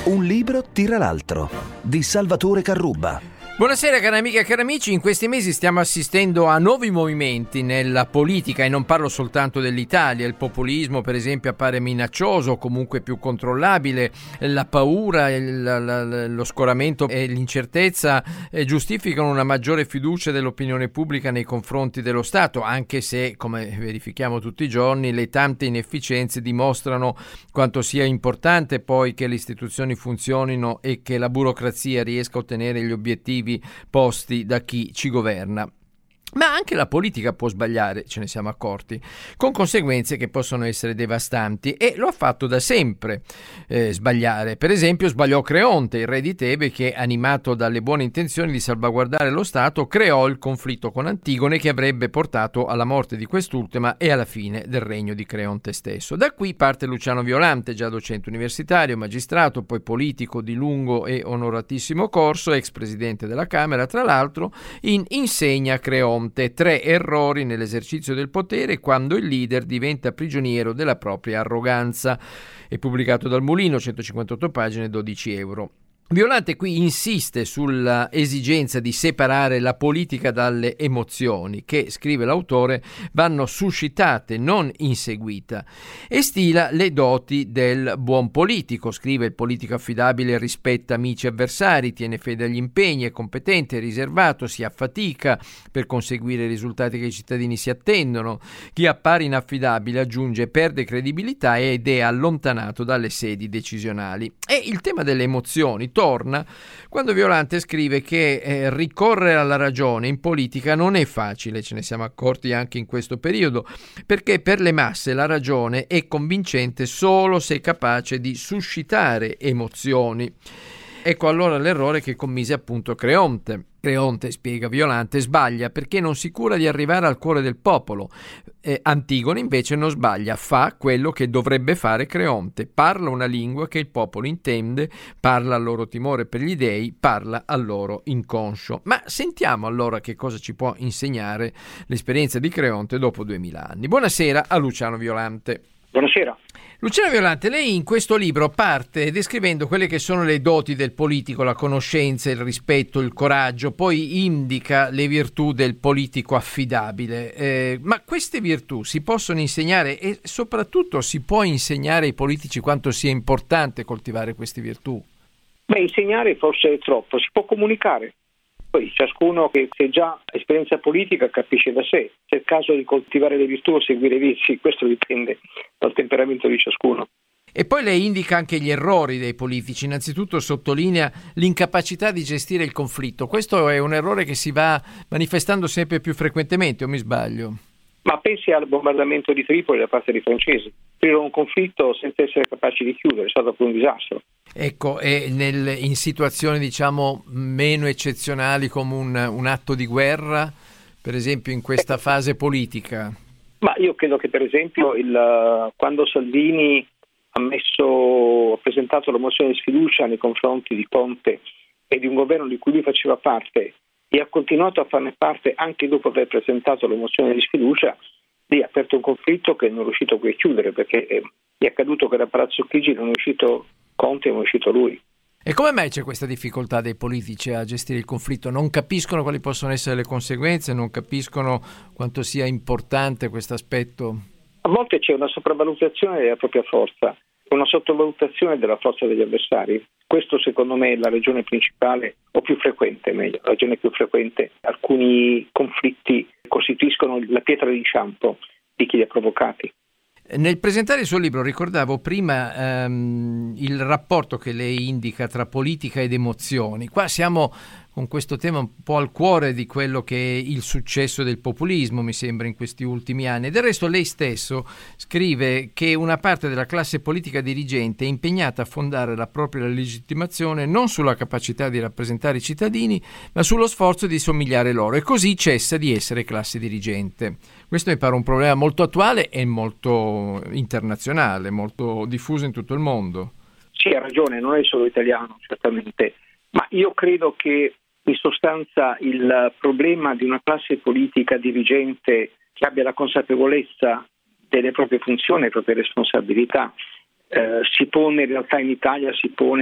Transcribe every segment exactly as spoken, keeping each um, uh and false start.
Un libro tira l'altro, di Salvatore Carrubba. Buonasera cari amiche e cari amici, in questi mesi stiamo assistendo a nuovi movimenti nella politica e non parlo soltanto dell'Italia. Il populismo per esempio appare minaccioso o comunque più controllabile, la paura, il, la, lo scoramento e l'incertezza eh, giustificano una maggiore fiducia dell'opinione pubblica nei confronti dello Stato, anche se, come verifichiamo tutti i giorni, le tante inefficienze dimostrano quanto sia importante poi che le istituzioni funzionino e che la burocrazia riesca a ottenere gli obiettivi posti da chi ci governa. Ma anche la politica può sbagliare, ce ne siamo accorti, con conseguenze che possono essere devastanti, e lo ha fatto da sempre eh, sbagliare. Per esempio sbagliò Creonte, il re di Tebe, che, animato dalle buone intenzioni di salvaguardare lo Stato, creò il conflitto con Antigone che avrebbe portato alla morte di quest'ultima e alla fine del regno di Creonte stesso. Da qui parte Luciano Violante, già docente universitario, magistrato, poi politico di lungo e onoratissimo corso, ex presidente della Camera, tra l'altro, in Insegna Creonte. Tre errori nell'esercizio del potere quando il leader diventa prigioniero della propria arroganza. È pubblicato dal Mulino, centocinquantotto pagine, dodici euro. Violante qui insiste sulla esigenza di separare la politica dalle emozioni che, scrive l'autore, vanno suscitate, non inseguite, e stila le doti del buon politico. Scrive: il politico affidabile rispetta amici e avversari, tiene fede agli impegni, è competente, è riservato, si affatica per conseguire i risultati che i cittadini si attendono. Chi appare inaffidabile, aggiunge, perde credibilità ed è allontanato dalle sedi decisionali. E il tema delle emozioni torna quando Violante scrive che eh, ricorrere alla ragione in politica non è facile, ce ne siamo accorti anche in questo periodo, perché per le masse la ragione è convincente solo se è capace di suscitare emozioni. Ecco allora l'errore che commise appunto Creonte. Creonte, spiega Violante, sbaglia perché non si cura di arrivare al cuore del popolo. Eh, Antigone invece non sbaglia, fa quello che dovrebbe fare Creonte, parla una lingua che il popolo intende, parla al loro timore per gli dei, parla al loro inconscio. Ma sentiamo allora che cosa ci può insegnare l'esperienza di Creonte dopo duemila anni. Buonasera a Luciano Violante. Buonasera. Luciano Violante, lei in questo libro parte descrivendo quelle che sono le doti del politico, la conoscenza, il rispetto, il coraggio, poi indica le virtù del politico affidabile. Eh, ma queste virtù si possono insegnare e soprattutto si può insegnare ai politici quanto sia importante coltivare queste virtù? Beh, insegnare forse è troppo, si può comunicare. Poi ciascuno che ha già esperienza politica capisce da sé. Se è il caso di coltivare le virtù o seguire i vizi, questo dipende dal temperamento di ciascuno. E poi lei indica anche gli errori dei politici. Innanzitutto sottolinea l'incapacità di gestire il conflitto. Questo è un errore che si va manifestando sempre più frequentemente, o mi sbaglio? Ma pensi al bombardamento di Tripoli da parte dei francesi. Aprirono un conflitto senza essere capaci di chiudere, è stato poi un disastro. Ecco, e nel, in situazioni diciamo meno eccezionali come un, un atto di guerra, per esempio in questa fase politica? Ma io credo che per esempio il, quando Salvini ha, messo, ha presentato la mozione di sfiducia nei confronti di Conte e di un governo di cui lui faceva parte e ha continuato a farne parte anche dopo aver presentato la mozione di sfiducia, lì ha aperto un conflitto che non è riuscito poi a chiudere, perché è accaduto che da Palazzo Chigi non è uscito Conte, non è uscito lui. E come mai c'è questa difficoltà dei politici a gestire il conflitto? Non capiscono quali possono essere le conseguenze, non capiscono quanto sia importante questo aspetto? A volte c'è una sopravvalutazione della propria forza, una sottovalutazione della forza degli avversari. Questo secondo me è la ragione principale, o più frequente, meglio, la ragione più frequente. Alcuni conflitti costituiscono la pietra d'inciampo di chi li ha provocati. Nel presentare il suo libro ricordavo prima ehm, il rapporto che lei indica tra politica ed emozioni. Qua siamo con questo tema un po' al cuore di quello che è il successo del populismo, mi sembra, in questi ultimi anni. Del resto lei stesso scrive che una parte della classe politica dirigente è impegnata a fondare la propria legittimazione non sulla capacità di rappresentare i cittadini, ma sullo sforzo di somigliare loro, e così cessa di essere classe dirigente. Questo mi pare un problema molto attuale e molto internazionale, molto diffuso in tutto il mondo. Sì, ha ragione, non è solo italiano, certamente, ma io credo che in sostanza il problema di una classe politica dirigente che abbia la consapevolezza delle proprie funzioni e proprie responsabilità eh, si pone in realtà in Italia, si pone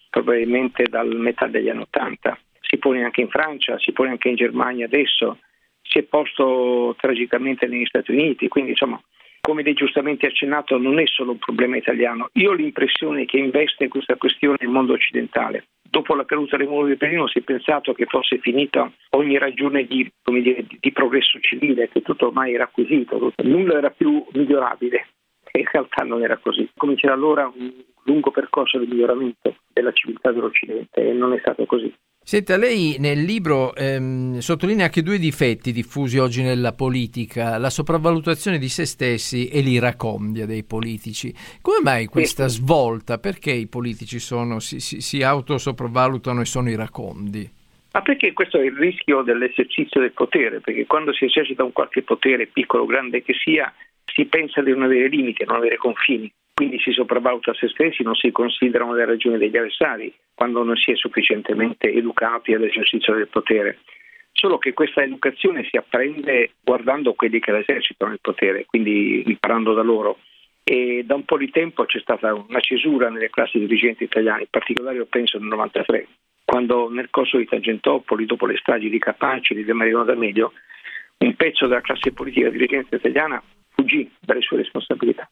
probabilmente dal metà degli anni Ottanta. Si pone anche in Francia, si pone anche in Germania adesso, si è posto tragicamente negli Stati Uniti, quindi insomma, come lei giustamente ha accennato, non è solo un problema italiano. Io ho l'impressione che investe in questa questione il mondo occidentale. Dopo la caduta del muro di Berlino si è pensato che fosse finita ogni ragione di, come dire, di, di progresso civile, che tutto ormai era acquisito, tutto, nulla era più migliorabile. E in realtà non era così. Comincerà allora un lungo percorso di miglioramento della civiltà dell'Occidente e non è stato così. Senta, lei nel libro ehm, sottolinea anche due difetti diffusi oggi nella politica, la sopravvalutazione di se stessi e l'iracondia dei politici. Come mai questa svolta? Perché i politici sono, si, si, si autosopravvalutano e sono iracondi? Ma perché questo è il rischio dell'esercizio del potere, perché quando si esercita un qualche potere, piccolo o grande che sia, si pensa di non avere limiti, non avere confini. Quindi si sopravvaluta se stessi, non si considerano le ragioni degli avversari quando non si è sufficientemente educati all'esercizio del potere. Solo che questa educazione si apprende guardando quelli che esercitano il potere, quindi imparando da loro. E da un po' di tempo c'è stata una cesura nelle classi dirigenti italiane, in particolare io penso nel novantatré, quando nel corso di Tangentopoli, dopo le stragi di Capaci e di Marino D'Amelio, un pezzo della classe politica dirigente italiana fuggì dalle sue responsabilità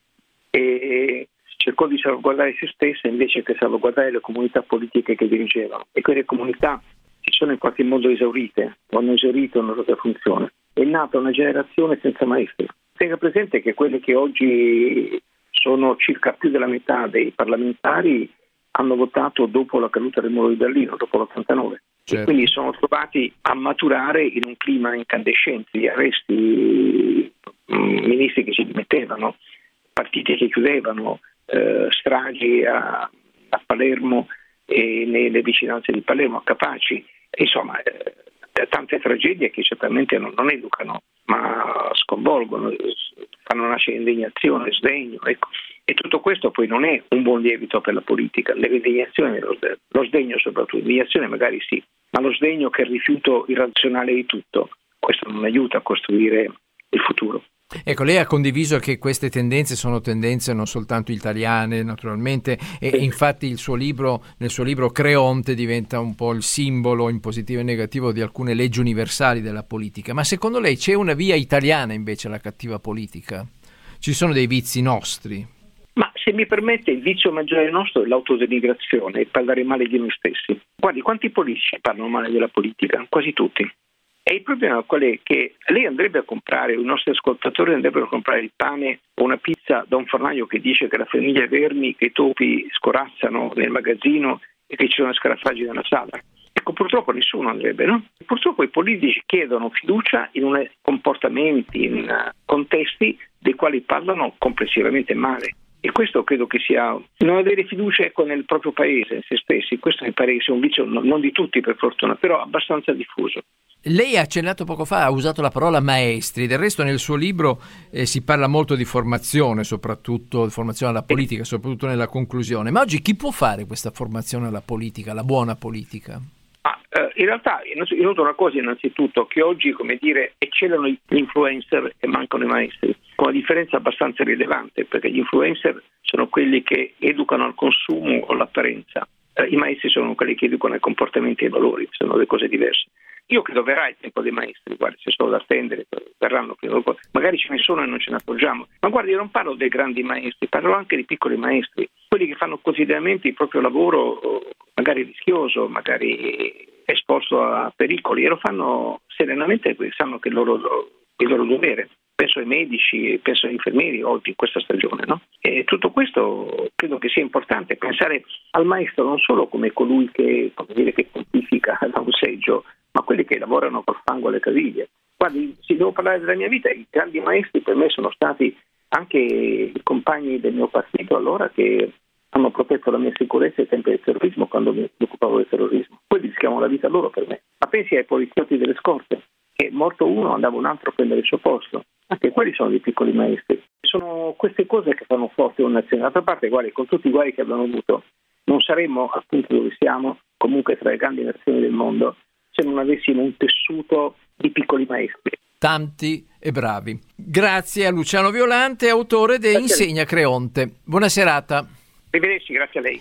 e cercò di salvaguardare se stessa invece che salvaguardare le comunità politiche che dirigevano, e quelle comunità si sono in qualche modo esaurite o hanno esaurito la loro funzione. È nata una generazione senza maestri. Tenga presente che quelli che oggi sono circa più della metà dei parlamentari hanno votato dopo la caduta del muro di Berlino, dopo l'ottantanove. Certo. E quindi sono trovati a maturare in un clima incandescente di arresti, ministri che si dimettevano, partiti che chiudevano, eh, stragi a, a Palermo e nelle vicinanze di Palermo, a Capaci, insomma eh, tante tragedie che certamente non, non educano ma sconvolgono, fanno nascere indignazione, sdegno, ecco. E tutto questo poi non è un buon lievito per la politica. L'indignazione, lo, lo sdegno soprattutto, l'indignazione magari sì, ma lo sdegno che è il rifiuto irrazionale di tutto, questo non aiuta a costruire il futuro. Ecco, lei ha condiviso che queste tendenze sono tendenze non soltanto italiane, naturalmente, e sì. Infatti il suo libro, nel suo libro Creonte diventa un po' il simbolo in positivo e negativo di alcune leggi universali della politica. Ma secondo lei c'è una via italiana invece alla cattiva politica? Ci sono dei vizi nostri? Ma se mi permette, il vizio maggiore nostro è l'autodenigrazione, il parlare male di noi stessi. Guardi, quanti politici parlano male della politica? Quasi tutti. E il problema qual è? Che lei andrebbe a comprare, i nostri ascoltatori andrebbero a comprare il pane o una pizza da un fornaio che dice che la famiglia è vermi, che i topi scorazzano nel magazzino e che ci sono scarafaggi nella sala. Ecco, purtroppo nessuno andrebbe, no? Purtroppo i politici chiedono fiducia in un comportamenti, in contesti dei quali parlano complessivamente male. E questo credo che sia non avere fiducia ecco, nel proprio paese, in se stessi. Questo mi pare che sia un vizio non di tutti per fortuna, però abbastanza diffuso. Lei ha accennato poco fa, ha usato la parola maestri, del resto nel suo libro eh, si parla molto di formazione, soprattutto di formazione alla politica, soprattutto nella conclusione. Ma oggi chi può fare questa formazione alla politica, la buona politica? Ah, eh, in realtà io noto una cosa innanzitutto, che oggi, come dire, eccellano gli influencer e mancano i maestri, con una differenza abbastanza rilevante, perché gli influencer sono quelli che educano al consumo o all'apparenza, eh, i maestri sono quelli che educano ai comportamenti e ai valori, sono due cose diverse. Io credo verrà il tempo dei maestri, guardi, c'è solo da attendere, verranno prima o poi. Magari ce ne sono e non ce ne accorgiamo. Ma guardi, io non parlo dei grandi maestri, parlo anche di piccoli maestri, quelli che fanno quotidianamente il proprio lavoro, magari rischioso, magari esposto a pericoli, e lo fanno serenamente perché sanno che è il loro, il loro dovere. Penso ai medici, penso agli infermieri oggi in questa stagione, no? E tutto questo credo che sia importante, pensare al maestro non solo come colui che, come dire, che pontifica da un seggio, ma quelli che lavorano col fango alle caviglie. Guardi, se devo parlare della mia vita, i grandi maestri per me sono stati anche i compagni del mio partito allora che hanno protetto la mia sicurezza ai tempi del terrorismo, quando mi occupavo del terrorismo. Poi rischiamo la vita loro per me. Ma pensi ai poliziotti delle scorte, che morto uno andava un altro a prendere il suo posto. Anche quelli sono dei piccoli maestri. Sono queste cose che fanno forte una nazione. D'altra parte, guardi, con tutti i guai che abbiamo avuto, non saremmo al punto dove siamo, comunque tra le grandi nazioni del mondo, se non avessimo un tessuto di piccoli maestri. Tanti e bravi. Grazie a Luciano Violante, autore di Insegna Creonte. Buona serata. Arrivederci, grazie a lei.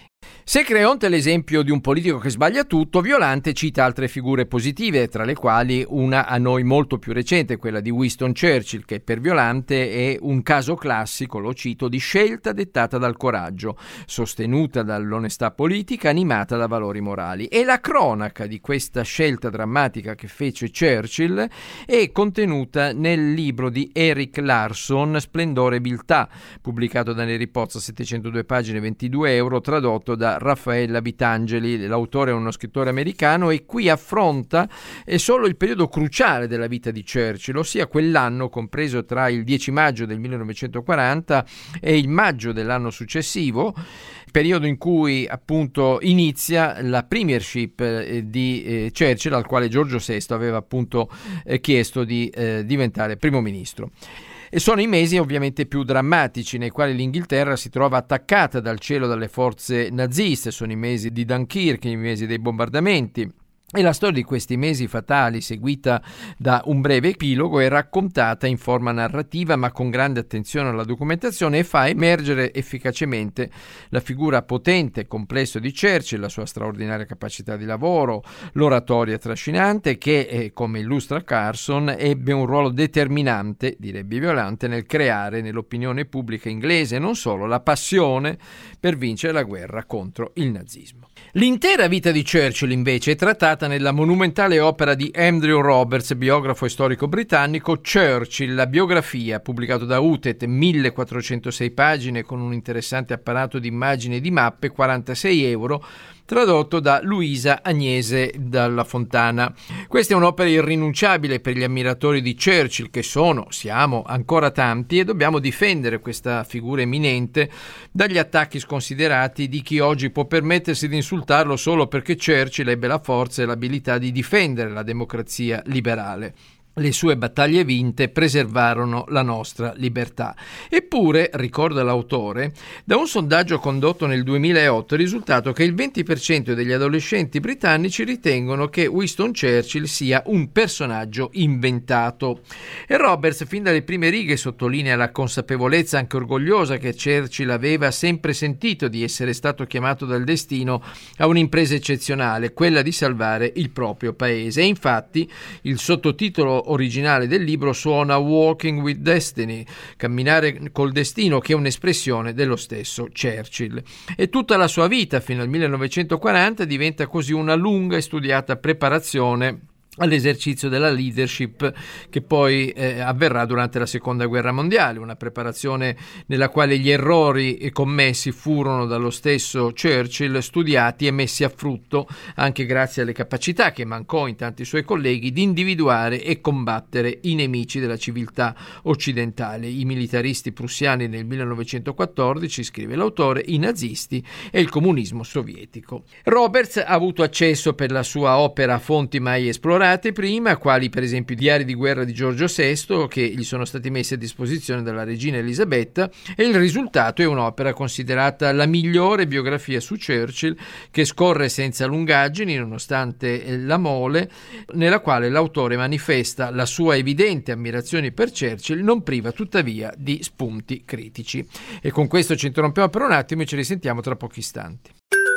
Se Creonte è l'esempio di un politico che sbaglia tutto, Violante cita altre figure positive, tra le quali una a noi molto più recente, quella di Winston Churchill, che per Violante è un caso classico, lo cito, di scelta dettata dal coraggio, sostenuta dall'onestà politica, animata da valori morali. E la cronaca di questa scelta drammatica che fece Churchill è contenuta nel libro di Erik Larson, Splendore e Viltà, pubblicato da Neri Pozzo, settecentodue pagine, ventidue euro, tradotto da Raffaella Vitangeli. L'autore è uno scrittore americano e qui affronta è solo il periodo cruciale della vita di Churchill, ossia quell'anno compreso tra il dieci maggio del millenovecentoquaranta e il maggio dell'anno successivo, periodo in cui appunto inizia la premiership eh, di eh, Churchill, al quale Giorgio sesto aveva appunto eh, chiesto di eh, diventare primo ministro. E sono i mesi ovviamente più drammatici, nei quali l'Inghilterra si trova attaccata dal cielo dalle forze naziste. Sono i mesi di Dunkirk, i mesi dei bombardamenti. E la storia di questi mesi fatali, seguita da un breve epilogo, è raccontata in forma narrativa ma con grande attenzione alla documentazione, e fa emergere efficacemente la figura potente e complessa di Churchill, la sua straordinaria capacità di lavoro, l'oratoria trascinante che, eh, come illustra Carson, ebbe un ruolo determinante, direbbe Violante, nel creare nell'opinione pubblica inglese e non solo la passione per vincere la guerra contro il nazismo. L'intera vita di Churchill invece è trattata nella monumentale opera di Andrew Roberts, biografo e storico britannico, Churchill, la biografia, pubblicato da Utet, millequattrocentosei pagine con un interessante apparato di immagini e di mappe, quarantasei euro, tradotto da Luisa Agnese dalla Fontana. Questa è un'opera irrinunciabile per gli ammiratori di Churchill, che sono, siamo ancora tanti, e dobbiamo difendere questa figura eminente dagli attacchi sconsiderati di chi oggi può permettersi di insultarlo solo perché Churchill ebbe la forza e l'abilità di difendere la democrazia liberale. Le sue battaglie vinte preservarono la nostra libertà. Eppure, ricorda l'autore, da un sondaggio condotto nel duemilaotto è risultato che il venti per cento degli adolescenti britannici ritengono che Winston Churchill sia un personaggio inventato. E Roberts, fin dalle prime righe, sottolinea la consapevolezza anche orgogliosa che Churchill aveva sempre sentito di essere stato chiamato dal destino a un'impresa eccezionale, quella di salvare il proprio paese. E infatti il sottotitolo originale del libro suona Walking with Destiny, camminare col destino, che è un'espressione dello stesso Churchill. E tutta la sua vita fino al millenovecentoquaranta diventa così una lunga e studiata preparazione all'esercizio della leadership che poi eh, avverrà durante la seconda guerra mondiale, una preparazione nella quale gli errori commessi furono dallo stesso Churchill studiati e messi a frutto anche grazie alle capacità che mancò in tanti suoi colleghi di individuare e combattere i nemici della civiltà occidentale, i militaristi prussiani nel millenovecentoquattordici, scrive l'autore, i nazisti e il comunismo sovietico. Roberts ha avuto accesso per la sua opera a fonti mai esplorate prima, quali per esempio i diari di guerra di Giorgio sesto, che gli sono stati messi a disposizione dalla regina Elisabetta, e il risultato è un'opera considerata la migliore biografia su Churchill, che scorre senza lungaggini nonostante la mole, nella quale l'autore manifesta la sua evidente ammirazione per Churchill, non priva tuttavia di spunti critici. E con questo ci interrompiamo per un attimo e ci risentiamo tra pochi istanti.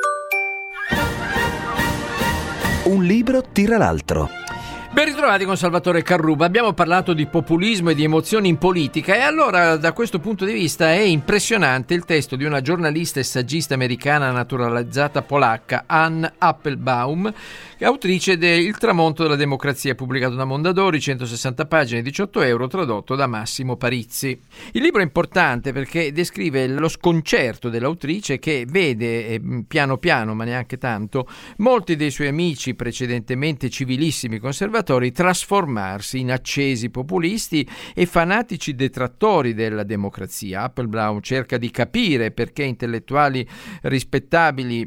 Un libro tira l'altro. Ben ritrovati con Salvatore Carruba. Abbiamo parlato di populismo e di emozioni in politica, e allora da questo punto di vista è impressionante il testo di una giornalista e saggista americana naturalizzata polacca, Ann Applebaum, autrice de Il tramonto della democrazia, pubblicato da Mondadori, centosessanta pagine, diciotto euro, tradotto da Massimo Parizzi. Il libro è importante perché descrive lo sconcerto dell'autrice, che vede eh, piano piano, ma neanche tanto, molti dei suoi amici precedentemente civilissimi conservatori trasformarsi in accesi populisti e fanatici detrattori della democrazia. Applebaum cerca di capire perché intellettuali rispettabili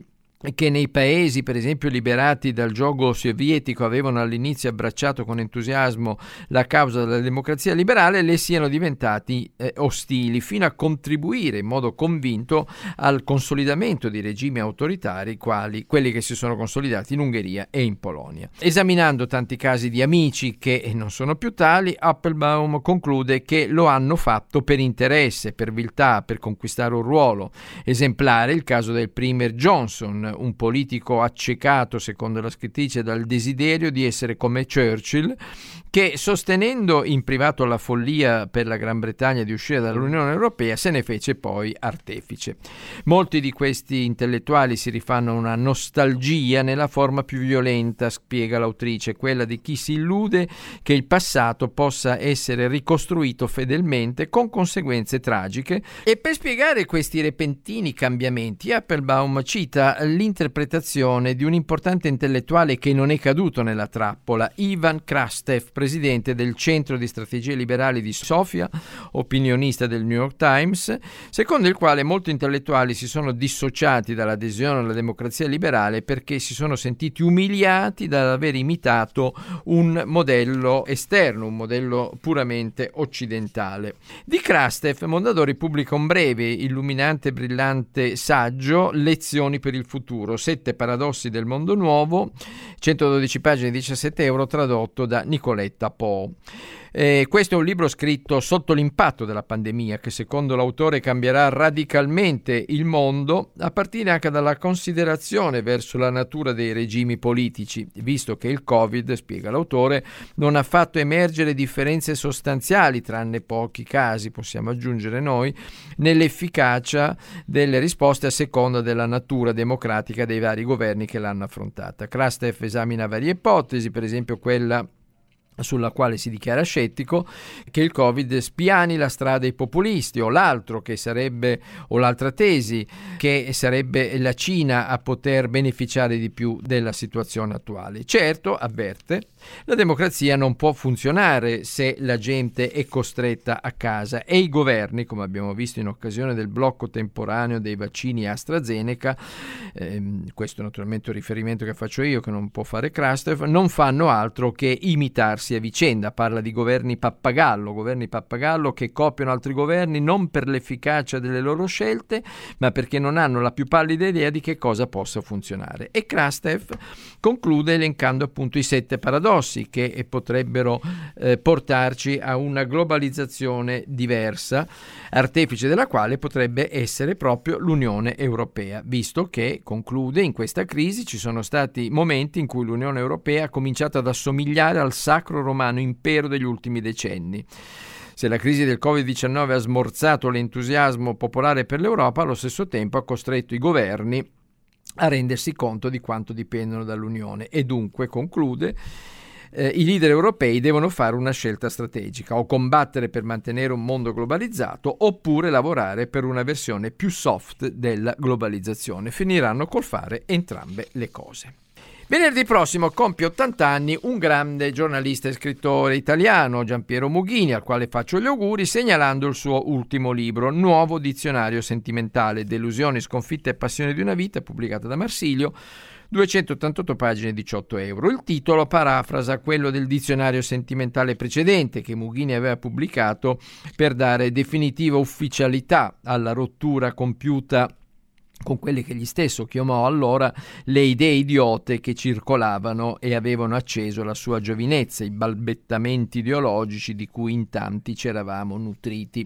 che nei paesi, per esempio, liberati dal giogo sovietico avevano all'inizio abbracciato con entusiasmo la causa della democrazia liberale, le siano diventati eh, ostili, fino a contribuire in modo convinto al consolidamento di regimi autoritari quali quelli che si sono consolidati in Ungheria e in Polonia. Esaminando tanti casi di amici che non sono più tali, Appelbaum conclude che lo hanno fatto per interesse, per viltà, per conquistare un ruolo. Esemplare il caso del premier Johnson, un politico accecato, secondo la scrittrice, dal desiderio di essere come Churchill, che, sostenendo in privato la follia per la Gran Bretagna di uscire dall'Unione Europea, se ne fece poi artefice. Molti di questi intellettuali si rifanno a una nostalgia nella forma più violenta, spiega l'autrice, quella di chi si illude che il passato possa essere ricostruito fedelmente con conseguenze tragiche. E per spiegare questi repentini cambiamenti, Appelbaum cita l'interpretazione di un importante intellettuale che non è caduto nella trappola, Ivan Krastev, presidente del Centro di Strategie Liberali di Sofia, opinionista del New York Times, secondo il quale molti intellettuali si sono dissociati dall'adesione alla democrazia liberale perché si sono sentiti umiliati dall'aver imitato un modello esterno, un modello puramente occidentale. Di Krastev, Mondadori pubblica un breve, illuminante e brillante saggio, Lezioni per il futuro, sette paradossi del mondo nuovo, centododici pagine, diciassette euro, tradotto da Nicoletta Po. Eh, questo è un libro scritto sotto l'impatto della pandemia che, secondo l'autore, cambierà radicalmente il mondo, a partire anche dalla considerazione verso la natura dei regimi politici, visto che il Covid, spiega l'autore, non ha fatto emergere differenze sostanziali, tranne pochi casi, possiamo aggiungere noi, nell'efficacia delle risposte a seconda della natura democratica dei vari governi che l'hanno affrontata. Krastev esamina varie ipotesi, per esempio quella sulla quale si dichiara scettico, che il Covid spiani la strada ai populisti, o l'altro che sarebbe, o l'altra tesi, che sarebbe la Cina a poter beneficiare di più della situazione attuale. Certo, avverte, la democrazia non può funzionare se la gente è costretta a casa e i governi, come abbiamo visto in occasione del blocco temporaneo dei vaccini AstraZeneca, ehm, questo è naturalmente un riferimento che faccio io, che non può fare Krastev, non fanno altro che imitarsi a vicenda. Parla di governi pappagallo, governi pappagallo che copiano altri governi non per l'efficacia delle loro scelte, ma perché non hanno la più pallida idea di che cosa possa funzionare. E Krastev conclude elencando appunto i sette paradossi che potrebbero eh, portarci a una globalizzazione diversa, artefice della quale potrebbe essere proprio l'Unione Europea, visto che, conclude, in questa crisi ci sono stati momenti in cui l'Unione Europea ha cominciato ad assomigliare al sacro romano impero degli ultimi decenni. Se la crisi del covid diciannove ha smorzato l'entusiasmo popolare per l'Europa, allo stesso tempo ha costretto i governi a rendersi conto di quanto dipendono dall'Unione e dunque, conclude, eh, i leader europei devono fare una scelta strategica: o combattere per mantenere un mondo globalizzato oppure lavorare per una versione più soft della globalizzazione. Finiranno col fare entrambe le cose. Venerdì prossimo compie ottanta anni un grande giornalista e scrittore italiano, Giampiero Mughini, al quale faccio gli auguri segnalando il suo ultimo libro, Nuovo dizionario sentimentale, delusioni, sconfitte e passione di una vita, pubblicato da Marsilio, duecentottantotto pagine, diciotto euro. Il titolo parafrasa quello del dizionario sentimentale precedente che Mughini aveva pubblicato per dare definitiva ufficialità alla rottura compiuta con quelle che egli stesso chiamò allora le idee idiote che circolavano e avevano acceso la sua giovinezza, i balbettamenti ideologici di cui in tanti ci eravamo nutriti.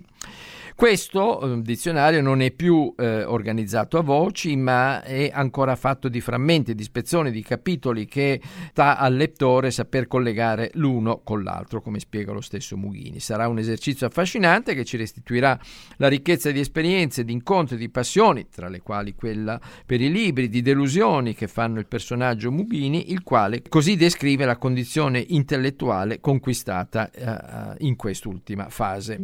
Questo eh, dizionario non è più eh, organizzato a voci, ma è ancora fatto di frammenti, di spezzoni, di capitoli che sta al lettore saper collegare l'uno con l'altro, come spiega lo stesso Mughini. Sarà un esercizio affascinante che ci restituirà la ricchezza di esperienze, di incontri, di passioni, tra le quali quella per i libri, di delusioni che fanno il personaggio Mughini, il quale così descrive la condizione intellettuale conquistata eh, in quest'ultima fase.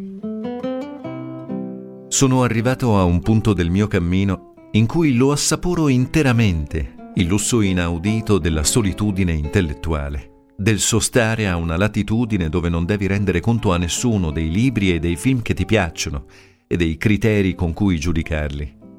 Sono arrivato a un punto del mio cammino in cui lo assaporo interamente, il lusso inaudito della solitudine intellettuale, del sostare a una latitudine dove non devi rendere conto a nessuno dei libri e dei film che ti piacciono e dei criteri con cui giudicarli.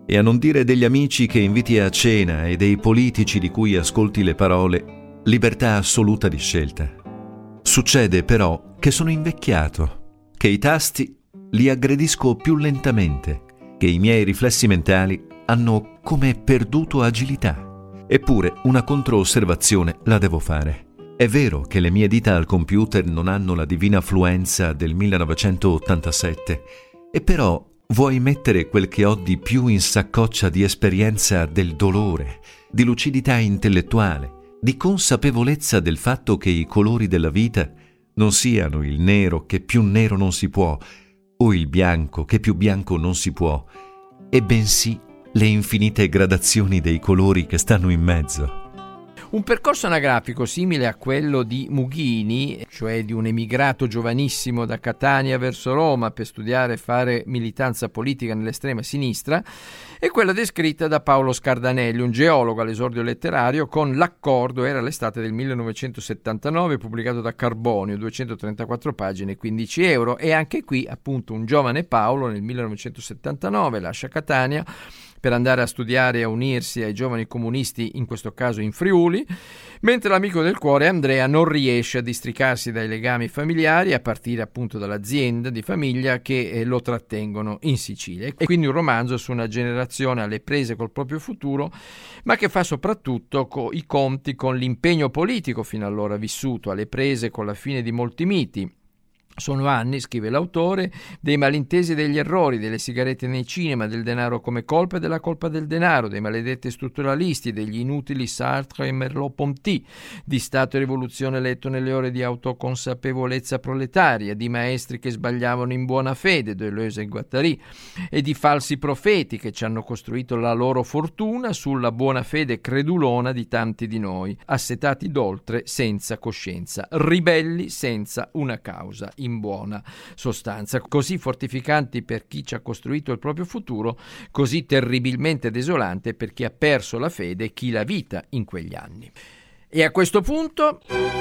E a non dire degli amici che inviti a cena e dei politici di cui ascolti le parole, libertà assoluta di scelta. Succede però che sono invecchiato, che i tasti li aggredisco più lentamente, che i miei riflessi mentali hanno come perduto agilità. Eppure una controosservazione la devo fare. È vero che le mie dita al computer non hanno la divina fluenza del millenovecentottantasette, e però vuoi mettere quel che ho di più in saccoccia di esperienza del dolore, di lucidità intellettuale, di consapevolezza del fatto che i colori della vita non siano il nero che più nero non si può, o il bianco che più bianco non si può, e bensì le infinite gradazioni dei colori che stanno in mezzo. Un percorso anagrafico simile a quello di Mughini, cioè di un emigrato giovanissimo da Catania verso Roma per studiare e fare militanza politica nell'estrema sinistra, è quella descritta da Paolo Scardanelli, un geologo all'esordio letterario, con L'accordo, era l'estate del millenovecentosettantanove, pubblicato da Carbonio, duecentotrentaquattro pagine e quindici euro. E anche qui, appunto, un giovane Paolo nel millenovecentosettantanove lascia Catania per andare a studiare e a unirsi ai giovani comunisti, in questo caso in Friuli, mentre l'amico del cuore Andrea non riesce a districarsi dai legami familiari, a partire appunto dall'azienda di famiglia che eh, lo trattengono in Sicilia. E quindi un romanzo su una generazione alle prese col proprio futuro, ma che fa soprattutto co- i conti con l'impegno politico fino allora vissuto, alle prese con la fine di molti miti. Sono anni, scrive l'autore, dei malintesi e degli errori, delle sigarette nei cinema, del denaro come colpa e della colpa del denaro, dei maledetti strutturalisti, degli inutili Sartre e Merleau-Ponty, di Stato e rivoluzione letto nelle ore di autoconsapevolezza proletaria, di maestri che sbagliavano in buona fede, Deleuze e Guattari, e di falsi profeti che ci hanno costruito la loro fortuna sulla buona fede credulona di tanti di noi, assetati d'oltre senza coscienza, ribelli senza una causa. In buona sostanza, così fortificanti per chi ci ha costruito il proprio futuro, così terribilmente desolante per chi ha perso la fede e chi la vita in quegli anni. E a questo punto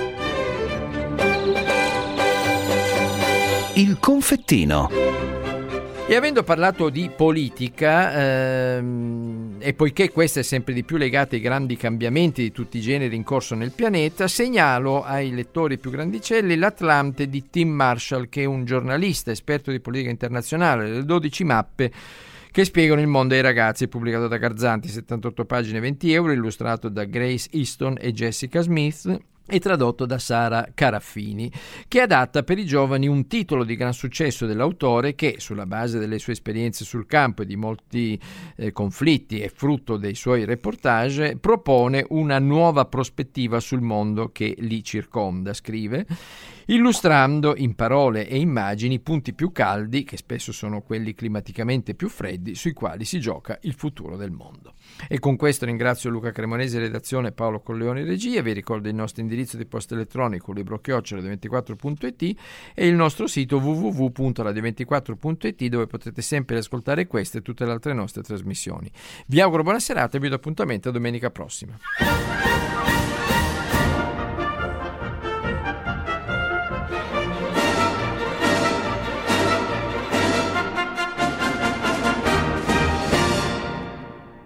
il confettino. E avendo parlato di politica, ehm, e poiché questa è sempre di più legata ai grandi cambiamenti di tutti i generi in corso nel pianeta, segnalo ai lettori più grandicelli l'Atlante di Tim Marshall, che è un giornalista esperto di politica internazionale, le dodici mappe che spiegano il mondo ai ragazzi, pubblicato da Garzanti, settantotto pagine, venti euro, illustrato da Grace Easton e Jessica Smith, e tradotto da Sara Caraffini, che adatta per i giovani un titolo di gran successo dell'autore che, sulla base delle sue esperienze sul campo e di molti eh, conflitti e frutto dei suoi reportage, propone una nuova prospettiva sul mondo che li circonda, scrive, illustrando in parole e immagini i punti più caldi, che spesso sono quelli climaticamente più freddi, sui quali si gioca il futuro del mondo. E con questo ringrazio Luca Cremonesi, redazione, Paolo Colleoni, regia. Vi ricordo il nostro indirizzo di posta elettronico libro chiocciola radio ventiquattro punto it e il nostro sito w w w punto radio ventiquattro punto it, dove potete sempre ascoltare queste e tutte le altre nostre trasmissioni. Vi auguro buona serata e vi do appuntamento a domenica prossima.